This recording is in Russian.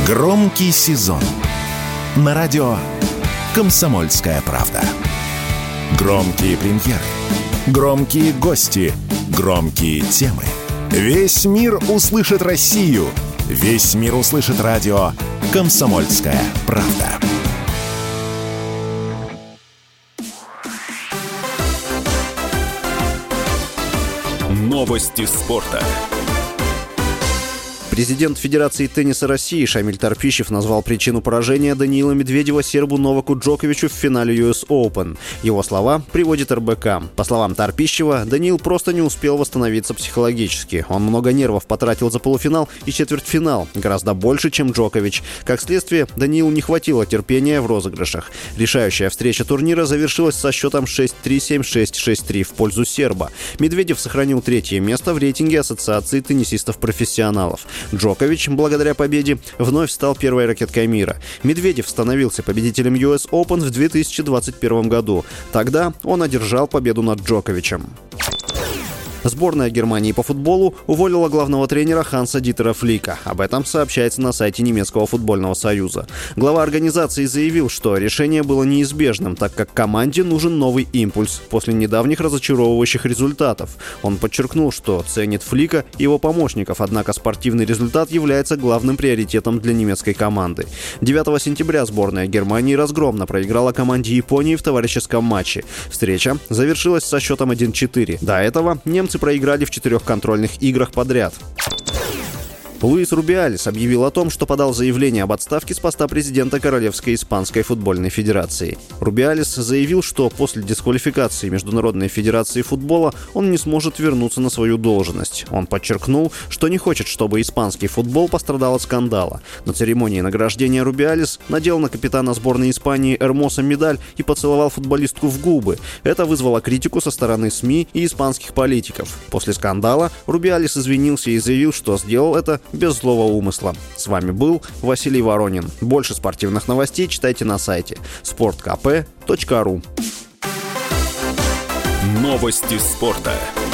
Громкий сезон на радио «Комсомольская правда». Громкие премьеры, громкие гости, громкие темы. Весь мир услышит Россию. Весь мир услышит радио «Комсомольская правда». Новости спорта. Президент Федерации тенниса России Шамиль Тарпищев назвал причину поражения Даниила Медведева сербу Новаку Джоковичу в финале US Open. Его слова приводит РБК. По словам Тарпищева, Даниил просто не успел восстановиться психологически. Он много нервов потратил за полуфинал и четвертьфинал, гораздо больше, чем Джокович. Как следствие, Даниилу не хватило терпения в розыгрышах. Решающая встреча турнира завершилась со счетом 6-3, 7-6, 6-3 в пользу серба. Медведев сохранил третье место в рейтинге Ассоциации теннисистов-профессионалов. Джокович, благодаря победе, вновь стал первой ракеткой мира. Медведев становился победителем US Open в 2021 году. Тогда он одержал победу над Джоковичем. Сборная Германии по футболу уволила главного тренера Ханса-Дитера Флика. Об этом сообщается на сайте немецкого футбольного союза. Глава организации заявил, что решение было неизбежным, так как команде нужен новый импульс после недавних разочаровывающих результатов. Он подчеркнул, что ценит Флика и его помощников, однако спортивный результат является главным приоритетом для немецкой команды. 9 сентября сборная Германии разгромно проиграла команде Японии в товарищеском матче. Встреча завершилась со счетом 1-4. До этого немцы проиграли в 4 контрольных играх подряд. Луис Рубиалис объявил о том, что подал заявление об отставке с поста президента Королевской Испанской футбольной федерации. Рубиалис заявил, что после дисквалификации Международной федерации футбола он не сможет вернуться на свою должность. Он подчеркнул, что не хочет, чтобы испанский футбол пострадал от скандала. На церемонии награждения Рубиалис надел на капитана сборной Испании Эрмоса медаль и поцеловал футболистку в губы. Это вызвало критику со стороны СМИ и испанских политиков. После скандала Рубиалис извинился и заявил, что сделал это без злого умысла. С вами был Василий Воронин. Больше спортивных новостей читайте на сайте sportkp.ru. Новости спорта.